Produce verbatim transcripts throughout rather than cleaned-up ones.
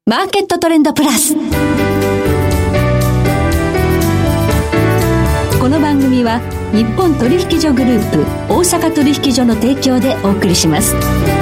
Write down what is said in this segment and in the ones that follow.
マーケットトレンドプラス。この番組は日本取引所グループ大阪取引所の提供でお送りします。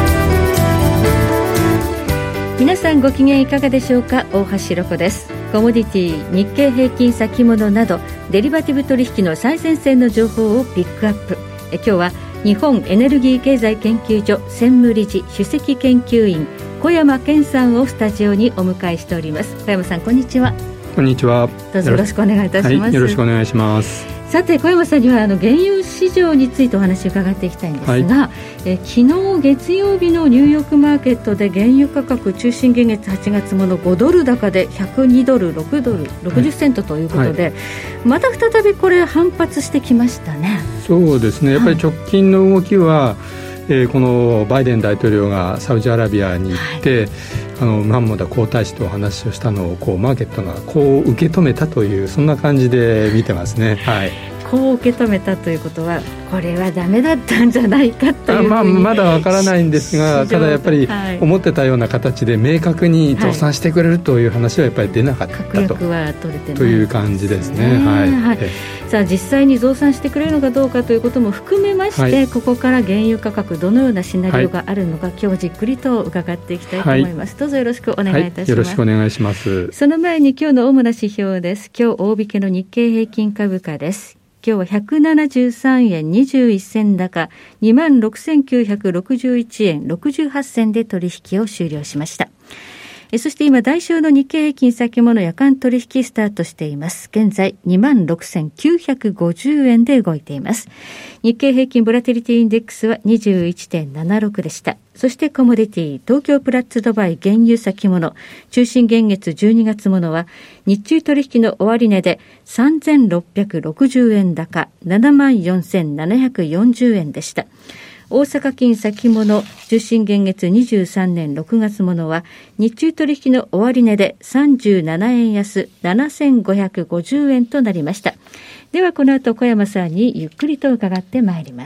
皆さんご機嫌いかがでしょうか。大橋ロコです。コモディティ、日経平均先物などデリバティブ取引の最前線の情報をピックアップ。え今日は日本エネルギー経済研究所専務理事首席研究員小山健さんをスタジオにお迎えしております。小山さん、こんにちは。 こんにちは。 どうぞよろしくお願いいたします。 はい、よろしくお願いします。 さて、小山さんにはあの原油市場についてお話を伺っていきたいんですが、はい、え昨日月曜日のニューヨークマーケットで原油価格中心月月はちがつものごドル高でひゃくにドルろくドルろくじゅっセントということで、はいはい、また再びこれ反発してきましたね。 そうですね、やっぱり直近の動きは、はいえー、このバイデン大統領がサウジアラビアに行って、はい、あのムハンマド皇太子とお話をしたのをこうマーケットがこう受け止めたというそんな感じで見てますね。はい、 こう受け止めたということはこれはダメだったんじゃないかというふうに、 まあ、まだわからないんですが、ただやっぱり思ってたような形で明確に増産してくれるという話はやっぱり出なかったと、 確約は取れてないという感じですね。 はいはい、さあ実際に増産してくれるのかどうかということも含めまして、はい、ここから原油価格どのようなシナリオがあるのか、はい、今日じっくりと伺っていきたいと思います。はい、どうぞよろしくお願いいたします。はい、 よろしくお願いします。 その前に今日の主な指標です。今日大引けの日経平均株価です。今日はひゃくななじゅうさんえんにじゅういっ銭高 にまんろくせんきゅうひゃくろくじゅういちえんろくじゅうはち銭で取引を終了しました。えそして今代償の日経平均先物夜間取引スタートしています。現在 にまんろくせんきゅうひゃくごじゅうえんで動いています。日経平均ボラティリティインデックスは にじゅういってんななろく でした。そしてコモディティ東京プラッツドバイ原油先物中心現月じゅうにがつものは日中取引の終値でさんぜんろっぴゃくろくじゅうえん高 ななまんよんせんななひゃくよんじゅうえんでした。大阪金先物中心現月にじゅうさんねんろくがつものは日中取引の終値でさんじゅうななえん安ななせんごひゃくごじゅうえんとなりました。ではこの後小山さんにゆっくりと伺ってまいります。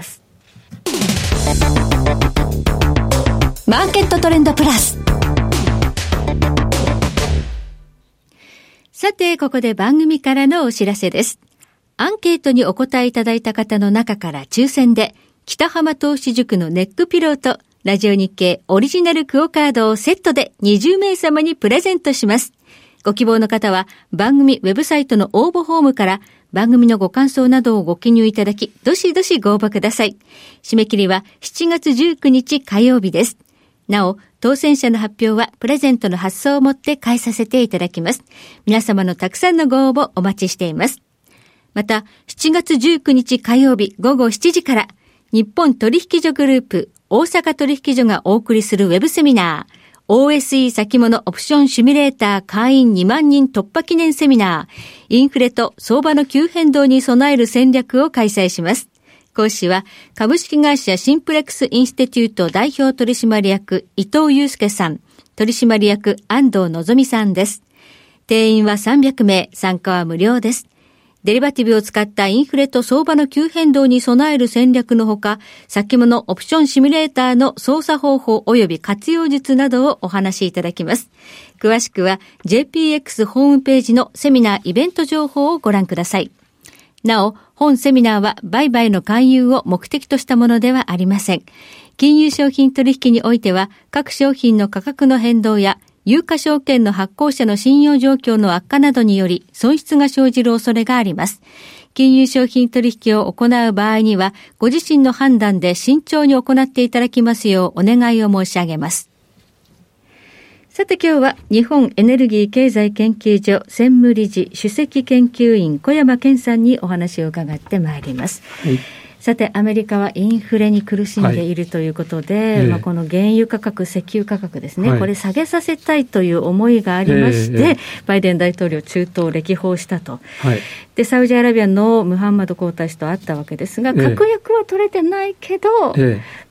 マーケットトレンドプラス。 さてここで番組からのお知らせです。アンケートにお答えいただいた方の中から抽選で北浜投資塾のネックピローとラジオ日経オリジナルクオカードをセットでにじゅうめいさまにプレゼントします。ご希望の方は番組ウェブサイトの応募フォームから番組のご感想などをご記入いただき、どしどしご応募ください。締め切りはしちがつじゅうくにち火曜日です。なお、当選者の発表はプレゼントの発送をもって返させていただきます。皆様のたくさんのご応募お待ちしています。また、しちがつじゅうくにち火曜日ごごしちじから日本取引所グループ大阪取引所がお送りするウェブセミナー オーエスイー 先物オプションシミュレーター会員にまんにん突破記念セミナーインフレと相場の急変動に備える戦略を開催します。講師は株式会社シンプレックスインスティテュート代表取締役伊藤祐介さん、取締役安藤のぞみさんです。定員はさんびゃくめい、参加は無料です。デリバティブを使ったインフレと相場の急変動に備える戦略のほか、先物オプションシミュレーターの操作方法及び活用術などをお話しいただきます。詳しくは ジェイピーエックス ホームページのセミナーイベント情報をご覧ください。なお、本セミナーは売買の勧誘を目的としたものではありません。金融商品取引においては、各商品の価格の変動や有価証券の発行者の信用状況の悪化などにより損失が生じる恐れがあります。金融商品取引を行う場合には、ご自身の判断で慎重に行っていただきますようお願いを申し上げます。さて今日は日本エネルギー経済研究所専務理事首席研究員小山健さんにお話を伺ってまいります。はい、さてアメリカはインフレに苦しんでいるということで、はいまあ、この原油価格石油価格ですね、はい、これ下げさせたいという思いがありまして、えー、バイデン大統領中東を歴訪したと、はい、でサウジアラビアのムハンマド皇太子と会ったわけですが、確約は取れてないけど、えー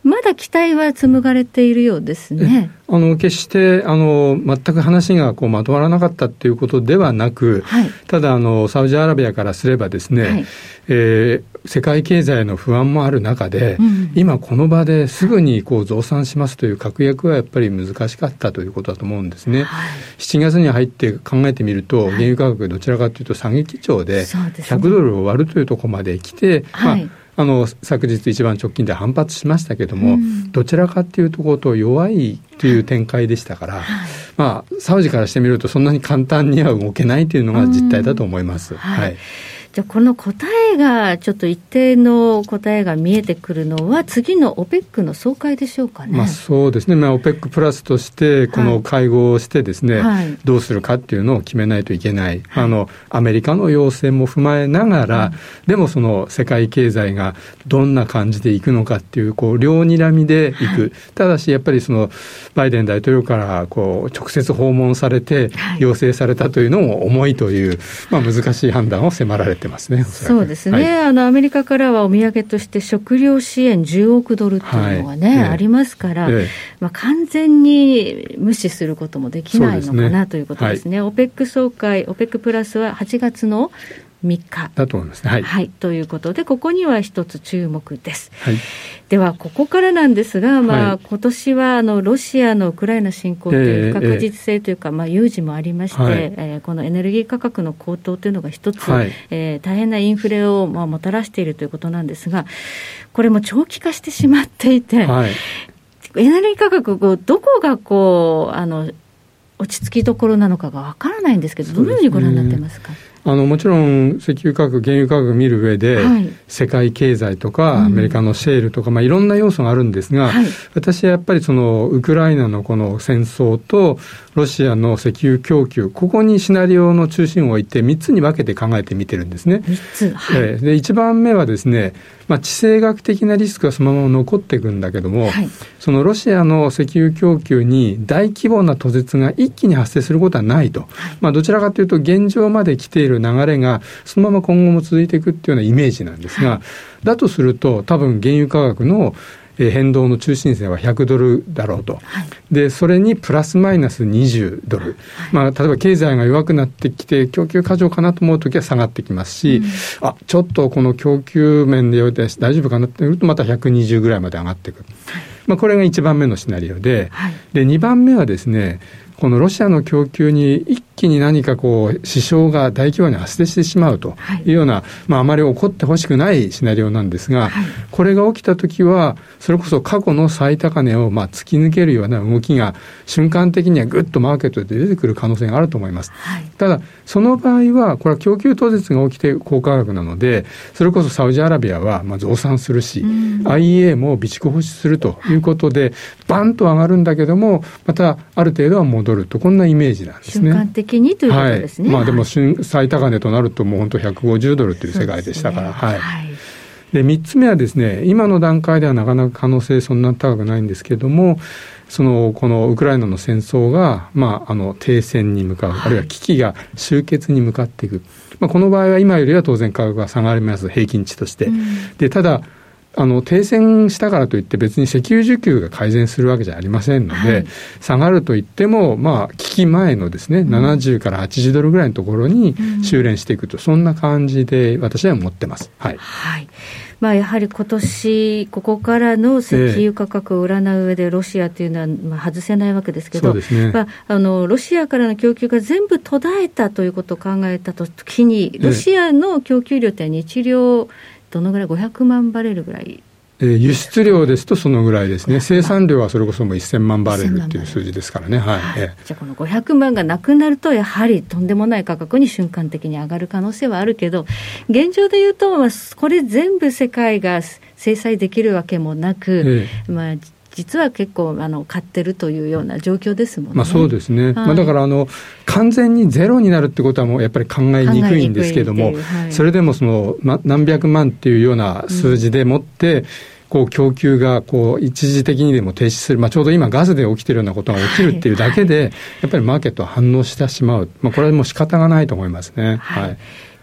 まだ期待は紡がれているようですね。 あの決してあの全く話がこうまとまらなかったということではなく、はい、ただあのサウジアラビアからすればですね、はい、えー、世界経済の不安もある中で、うん、今この場ですぐにこう増産しますという確約はやっぱり難しかったということだと思うんですね、はい、しちがつに入って考えてみると、はい、原油価格どちらかというと下げ基調でひゃくドルを割るというところまで来て、はい、まああの昨日一番直近で反発しましたけども、うん、どちらかというところと弱いという展開でしたから、はい、まあ、サウジからしてみるとそんなに簡単には動けないというのが実態だと思います、うん、はいはい、 じゃあこの答えがちょっと一定の答えが見えてくるのは次の オペック の総会でしょうかね。 まあ、そうですね、まあ、オペック プラスとしてこの会合をしてですね、はい、どうするかっていうのを決めないといけない、はい、あのアメリカの要請も踏まえながら、はい、でもその世界経済がどんな感じでいくのかっていう、こう両睨みでいく、はい、ただしやっぱりそのバイデン大統領からこう直接訪問されて要請されたというのも重いという、まあ、難しい判断を迫られてますね。 そうですね、はい、あのアメリカからはお土産として食料支援じゅうおくドルっていうのがね、はい、ええ、ありますから、ええ、まあ、完全に無視することもできないのかな、ね、ということですね、はい、オペック 総会 オペック プラスははちがつのみっかだと思いますね、はいはい、ということでここには一つ注目です、はい、ではここからなんですが、まあ、はい、今年はあのロシアのウクライナ侵攻という不確実性というか、えーまあ、有事もありまして、はい、えー、このエネルギー価格の高騰というのが一つ、はい、えー、大変なインフレを、まあ、もたらしているということなんですが、これも長期化してしまっていて、はい、エネルギー価格をどこがこうあの落ち着きどころなのかがわからないんですけど、どのようにご覧になってますか？ あのもちろん石油価格、原油価格を見る上で、はい、世界経済とか、うん、アメリカのシェールとか、まあ、いろんな要素があるんですが、はい、私はやっぱりそのウクライナのこの戦争とロシアの石油供給、ここにシナリオの中心を置いてみっつに分けて考えてみてるんですね。 みっつ、はい、 えー、でいちばんめはですね、まあ、地政学的なリスクはそのまま残っていくんだけども、はい、そのロシアの石油供給に大規模な途絶が一気に発生することはないと、はい、まあ、どちらかというと現状まで来ている流れがそのまま今後も続いていくっていうようなイメージなんですが、はい、だとすると多分原油価格の変動の中心線はひゃくドルだろうと、はい、でそれにプラスマイナスにじゅうドル、はい、まあ、例えば経済が弱くなってきて供給過剰かなと思うときは下がってきますし、うん、あちょっとこの供給面で大丈夫かなって言うとまたひゃくにじゅうぐらいまで上がっていく、はい、まあ、これがいちばんめのシナリオで、はい、でにばんめはですね、このロシアの供給に一気に何かこう支障が大規模に発生してしまうというような、はい、まあ、あまり起こってほしくないシナリオなんですが、はい、これが起きたときはそれこそ過去の最高値をまあ突き抜けるような動きが瞬間的にはぐっとマーケットで出てくる可能性があると思います、はい、ただその場合はこれは供給途絶が起きて高価格なので、それこそサウジアラビアはまあ増産するし、アイイーエー も備蓄放出するということでバンと上がるんだけども、またある程度は戻ると、こんなイメージなんですね。 瞬間的にということですね、 はい、まあ、でも最高値となるともう本当ひゃくごじゅうドルという世界でしたから、ね、はい、はい、でみっつめはですね、今の段階ではなかなか可能性そんな高くないんですけれども、そのこのウクライナの戦争が、まあ、あの停戦に向かう、はい、あるいは危機が終結に向かっていく、まあ、この場合は今よりは当然価格が下がります、平均値として、うん、でただあの停戦したからといって別に石油需給が改善するわけじゃありませんので、はい、下がるといっても、まあ、危機前のですね、うん、ななじゅうからはちじゅうドルぐらいのところに修練していくと、うん、そんな感じで私は思ってます。はい、 はい、まあ、やはり今年ここからの石油価格を占う上でロシアというのはまあ外せないわけですけど、 そうですね、 まあ、あのロシアからの供給が全部途絶えたということを考えたときに、ロシアの供給量って日量どのぐらい、ごひゃくまんバレルぐらい、 えー、輸出量ですとそのぐらいですね。生産量はそれこそもうせんまんバレルっていう数字ですからね、はい、はい、 じゃあこのごひゃくまんがなくなるとやはりとんでもない価格に瞬間的に上がる可能性はあるけど、現状でいうと、まあ、これ全部世界が制裁できるわけもなく、ええ、まあ実は結構あの買ってるというような状況ですもんね。 まあ、そうですね、はい、まあ、だからあの完全にゼロになるってことはもうやっぱり考えにくいんですけども、はい、それでもその、ま、何百万っていうような数字でもって、うん、こう供給がこう一時的にでも停止する、まあ、ちょうど今ガスで起きているようなことが起きるっていうだけで、はいはい、やっぱりマーケットは反応してしまう、まあ、これはもう仕方がないと思いますね。はい、はい、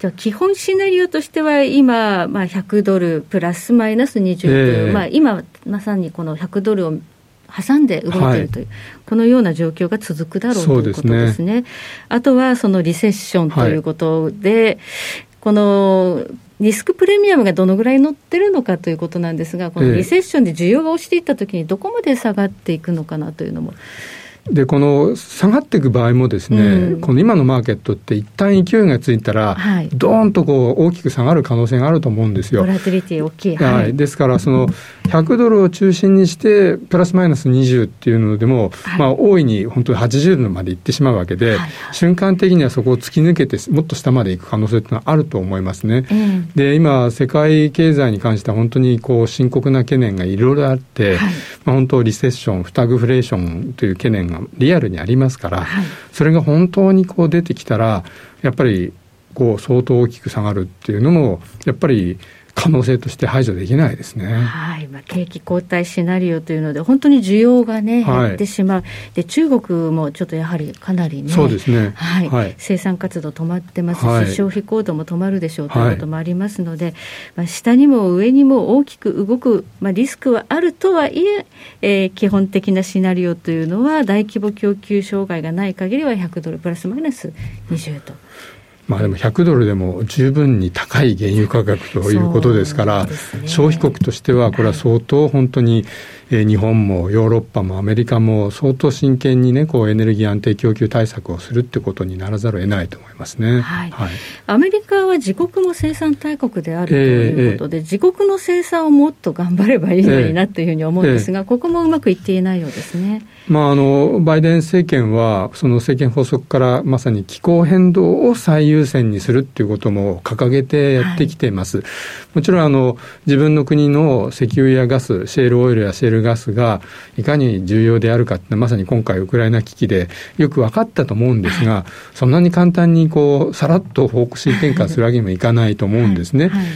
では基本シナリオとしては今、まあ、ひゃくドルプラスマイナスにじゅうという、えーまあ、今まさにこのひゃくドルを挟んで動いているという、はい、このような状況が続くだろうということですね。ですね。あとはそのリセッションということで、はい、このリスクプレミアムがどのぐらい乗ってるのかということなんですが、このリセッションで需要が落ちていったときにどこまで下がっていくのかなというのも。 でこの下がっていく場合もですね、うん、この今のマーケットって一旦勢いがついたら、はい、ドーンとこう大きく下がる可能性があると思うんですよ。 ボラティリティ大きい、 はいはい、ですからそのひゃくドルを中心にしてプラスマイナスにじゅうっていうのでも、はい、まあ、大いに本当にはちじゅうドルまでいってしまうわけで、はいはい、瞬間的にはそこを突き抜けてもっと下までいく可能性っていうのはあると思いますね、うん、で今世界経済に関しては本当にこう深刻な懸念がいろいろあって、はい、まあ、本当リセッションスタグフレーションという懸念がリアルにありますから、はい、それが本当にこう出てきたらやっぱりこう相当大きく下がるっていうのもやっぱり可能性として排除できないですね。 はい、まあ、景気後退シナリオというので本当に需要がね減ってしまう、はい、で中国もちょっとやはりかなりね、 そうですね、 はいはい、生産活動止まってますし、はい、消費行動も止まるでしょうということもありますので、はい、まあ、下にも上にも大きく動く、まあ、リスクはあるとはいええー、基本的なシナリオというのは大規模供給障害がない限りはひゃくドルプラスマイナスにじゅうと。 まあ、でもひゃくドルでも十分に高い原油価格ということですから、ですね、消費国としてはこれは相当本当に、えー、日本もヨーロッパもアメリカも相当真剣にねこうエネルギー安定供給対策をするってことにならざるを得ないと思いますね、 はいはい、アメリカは自国も生産大国であるということで、えー、自国の生産をもっと頑張ればいいのになというふうに思うんですが、えーえー、ここもうまくいっていないようですね。 まあ、あのバイデン政権はその政権発足からまさに気候変動を最優先にするっていうことも掲げてやってきています、はい、もちろんあの自分の国の石油やガスシェールオイルやシェールガスがいかに重要であるかってまさに今回ウクライナ危機でよく分かったと思うんですが、はい、そんなに簡単にこうさらっと方針転換するわけにもいかないと思うんですね、はいはい、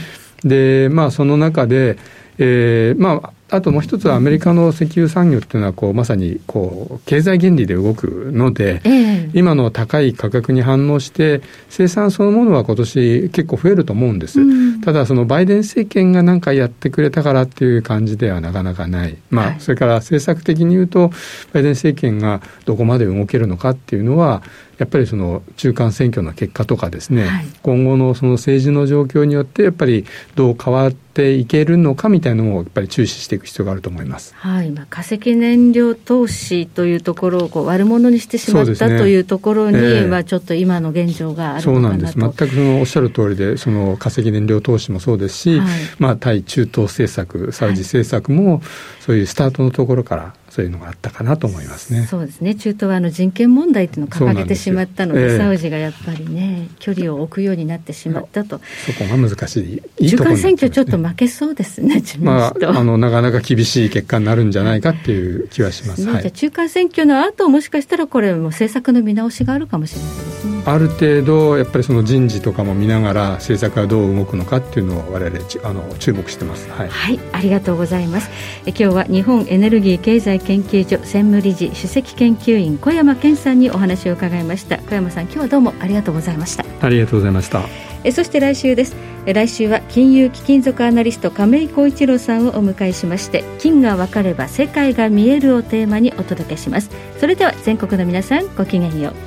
でまあその中で、えー、まああともう一つはアメリカの石油産業っていうのはこうまさにこう経済原理で動くので、えー、今の高い価格に反応して生産そのものは今年結構増えると思うんです、うん、ただそのバイデン政権が何かやってくれたからっていう感じではなかなかない、まあはい、それから政策的に言うとバイデン政権がどこまで動けるのかっていうのはやっぱりその中間選挙の結果とかですね、はい、今後のその政治の状況によってやっぱりどう変わっていけるのかみたいなのをやっぱり注視していく必要があると思います。 はい、まあ、化石燃料投資というところをこう悪者にしてしまった、ね、というところに、えーまあ、ちょっと今の現状があるのかなと。 そうなんです。全くそのおっしゃる通りでその化石燃料投資もそうですし、はい、まあ、対中東政策サウジ政策も、はい、そういうスタートのところからそういうのがあったかなと思いますね。 そうですね。中東はあの人権問題というのを掲げてしまったの で, で、えー、サウジがやっぱりね距離を置くようになってしまったと。 そこが難しい、いいところになってますね。中間選挙ちょっと負けそうですね。 まあ、あのなかなか厳しい結果になるんじゃないかっていう気はします、ね、はい、 じゃあ中間選挙の後もしかしたらこれも政策の見直しがあるかもしれないですね。 ある程度やっぱりその人事とかも見ながら政策がどう動くのかっていうのを我々あの注目してます、はいはい、ありがとうございます。え今日は日本エネルギー経済研究所専務理事首席研究員小山健さんにお話を伺いました。小山さん、今日はどうもありがとうございました。 ありがとうございました。 えそして来週です。え来週は金融貴金属アナリスト亀井浩一郎さんをお迎えしまして、金が分かれば世界が見えるをテーマにお届けします。それでは全国の皆さん、ごきげんよう。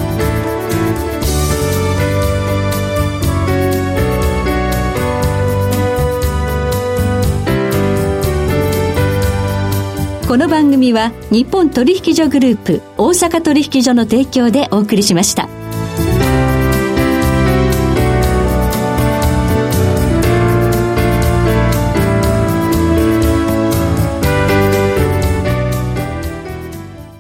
この番組は日本取引所グループ大阪取引所の提供でお送りしました。